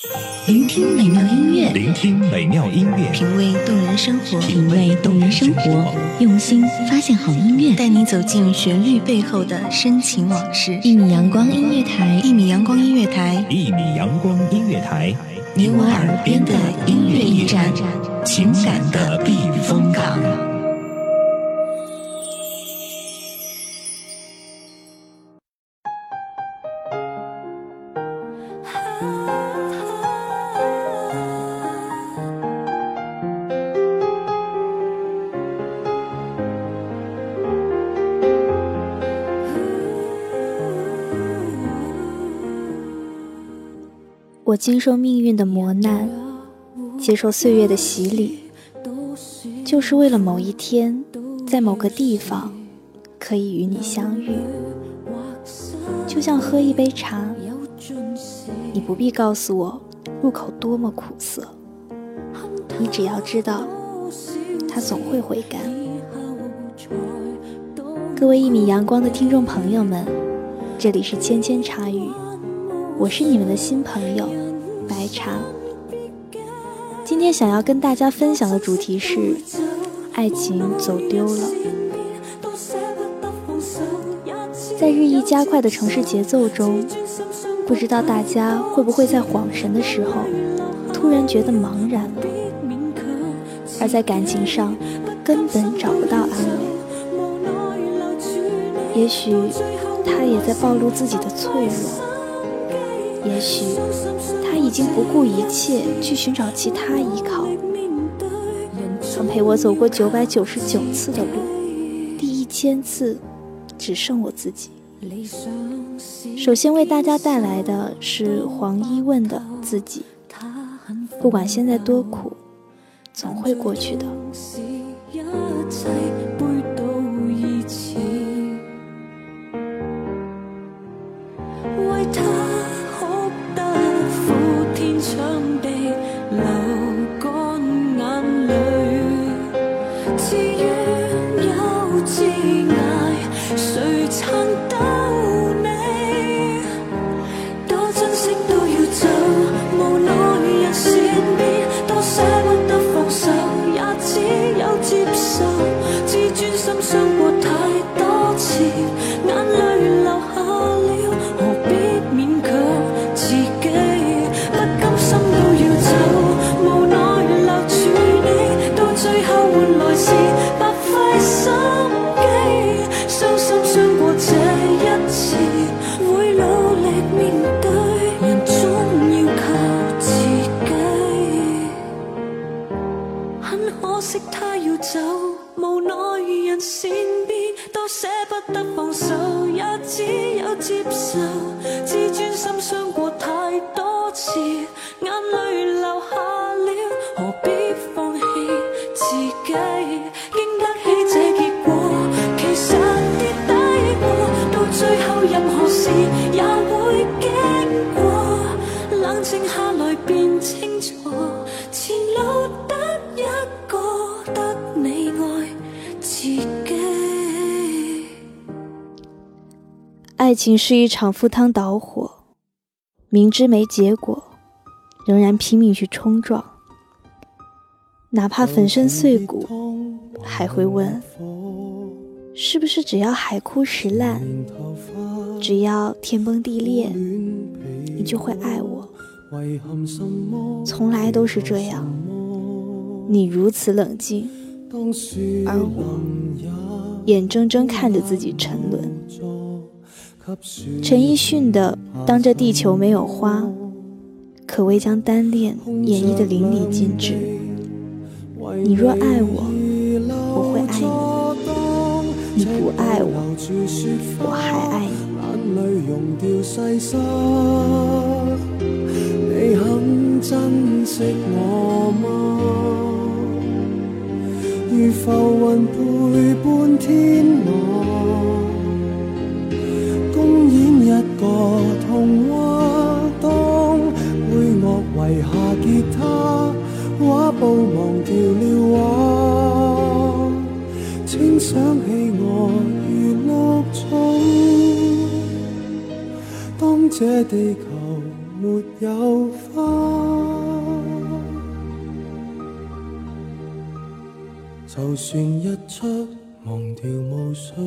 聆听美妙音乐， 聆听美妙音乐， 品味动人生活， 品味动人生活， 用心发现好音乐， 带你走进旋律背后的深情往事。 一米阳光音乐台， 一米阳光音乐台， 一米阳光音乐台， 你我耳边的音乐驿站， 情感的避风港。 我经受命运的磨难，接受岁月的洗礼，就是为了某一天，在某个地方，可以与你相遇。就像喝一杯茶，你不必告诉我入口多么苦涩，你只要知道，它总会回甘。各位一米阳光的听众朋友们，这里是千千茶语，我是你们的新朋友白茶。今天想要跟大家分享的主题是爱情走丢了。在日益加快的城市节奏中，不知道大家会不会在恍神的时候突然觉得茫然了，而在感情上根本找不到安慰。也许他也在暴露自己的脆弱，也许他已经不顾一切去寻找其他依靠。曾陪我走过999次的路，第1000次只剩我自己。首先为大家带来的是黄一问的自己。不管现在多苦，总会过去的。 为他哭得苦天搶地，流乾眼淚，自怨又自艾，誰撐到你？多珍惜都要走，無奈人善變，多捨不得放手，也只有接受。自尊心傷過太多次，眼淚流下了，何必勉強自己？不甘心都要走，無奈留住你，到最後換來是白費心機。傷心傷過這一次，會努力面對，人總要靠自己。很可惜他要走，無奈人善變，都捨不得放手，也只有接受。自尊心傷過太多次，眼淚流下了，何必放棄自己？經得起這結果，其實跌低過，到最後任何事也會經過。冷靜下來便清楚，前路得一個，得你愛自己。 愛情是一場赴湯蹈火，明知沒結果，仍然拼命去衝撞，哪怕粉身碎骨，還會問，是不是只要海枯石爛，只要天崩地裂，你就會愛我？從來都是這樣，你如此冷靜，而我眼睜睜看着自己沉淪。陳奕迅的當這地球沒有花，可謂將單戀演繹得淋漓盡致。你若愛我，我會愛你；你不愛我，我還愛你。 你肯珍惜我嗎？如浮雲陪伴天馬，公演一個童話，當配樂遺下吉他，畫布忘掉了畫，請想起我如綠草，當這地球沒沒有花，就算日出忘掉霧水，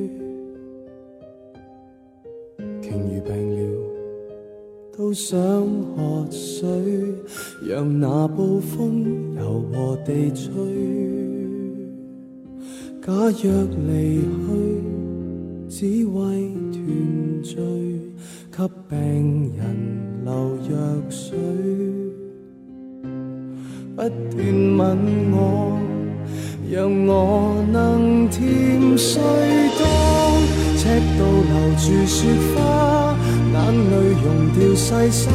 鯨魚病了都想喝水，讓那暴風柔和地吹。假若離去，只為團聚，給病人留藥水，不斷吻我，讓我能甜睡。當赤道留住雪花，眼淚溶掉細沙，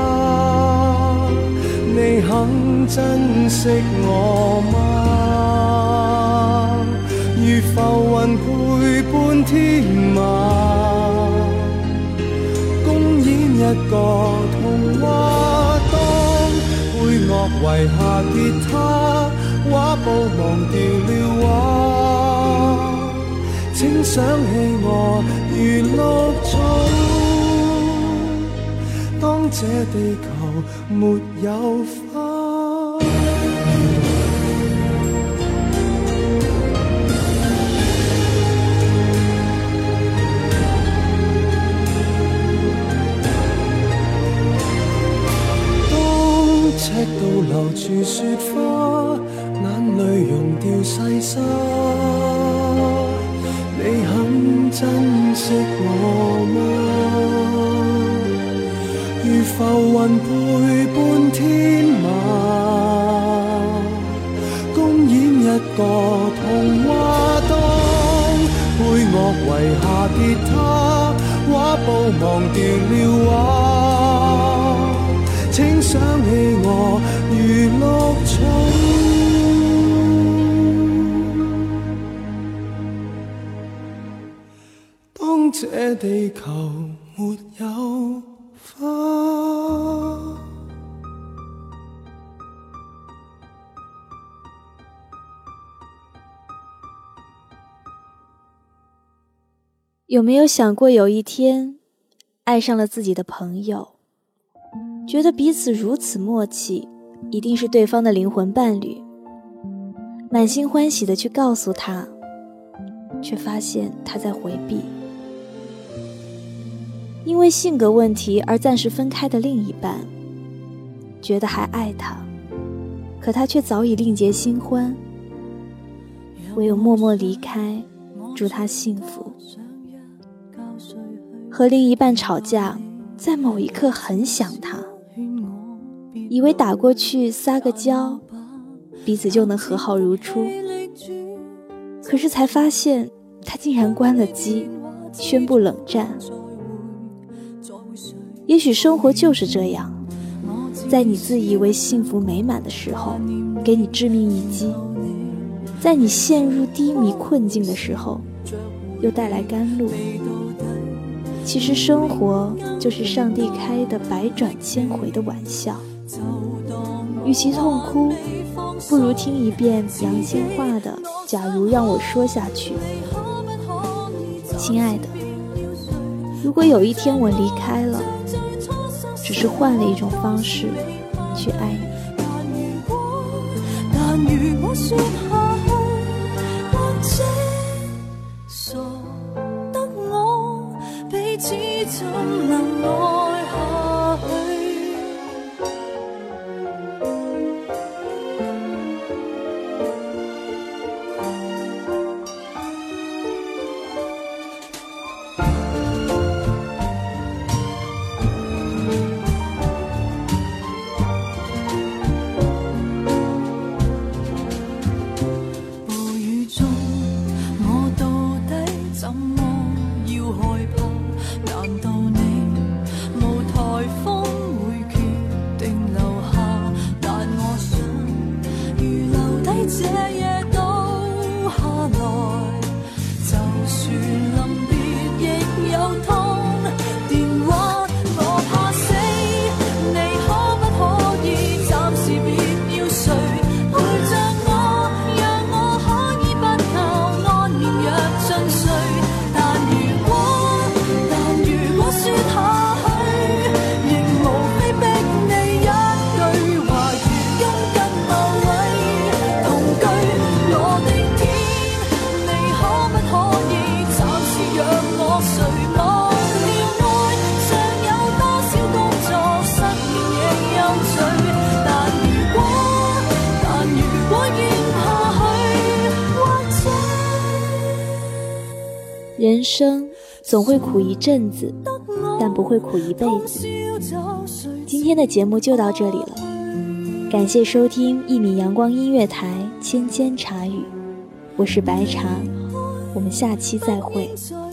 你肯珍惜我嗎？如浮雲陪伴天馬，公演一個童話。當配樂遺下吉他，畫布忘掉了畫，請想起我如綠草。當這地球沒有花，當赤道留住雪花，眼淚溶掉細沙，你肯珍惜我嗎？如浮雲陪伴天馬，公演一個童話。當配樂遺下吉他，畫布忘掉了畫，請想起我如綠草。當這地球沒有花， 有没有想过有一天爱上了自己的朋友，觉得彼此如此默契，一定是对方的灵魂伴侣，满心欢喜地去告诉他，却发现他在回避。因为性格问题而暂时分开的另一半，觉得还爱他，可他却早已另结新欢，唯有默默离开，祝他幸福。和另一半吵架，在某一刻很想他，以为打过去撒个娇，彼此就能和好如初，可是才发现他竟然关了机，宣布冷战。也许生活就是这样，在你自以为幸福美满的时候，给你致命一击；在你陷入低迷困境的时候，又带来甘露。其实生活就是上帝开的百转千回的玩笑，与其痛哭，不如听一遍杨千嬅的《假如让我说下去》。亲爱的，如果有一天我离开了，只是换了一种方式去爱你。 但如我說下去，或者傻得我彼此怎能愛下去？ 生总会苦一阵子，但不会苦一辈子。今天的节目就到这里了，感谢收听1米阳光音乐台千千茶语，我是白茶，我们下期再会。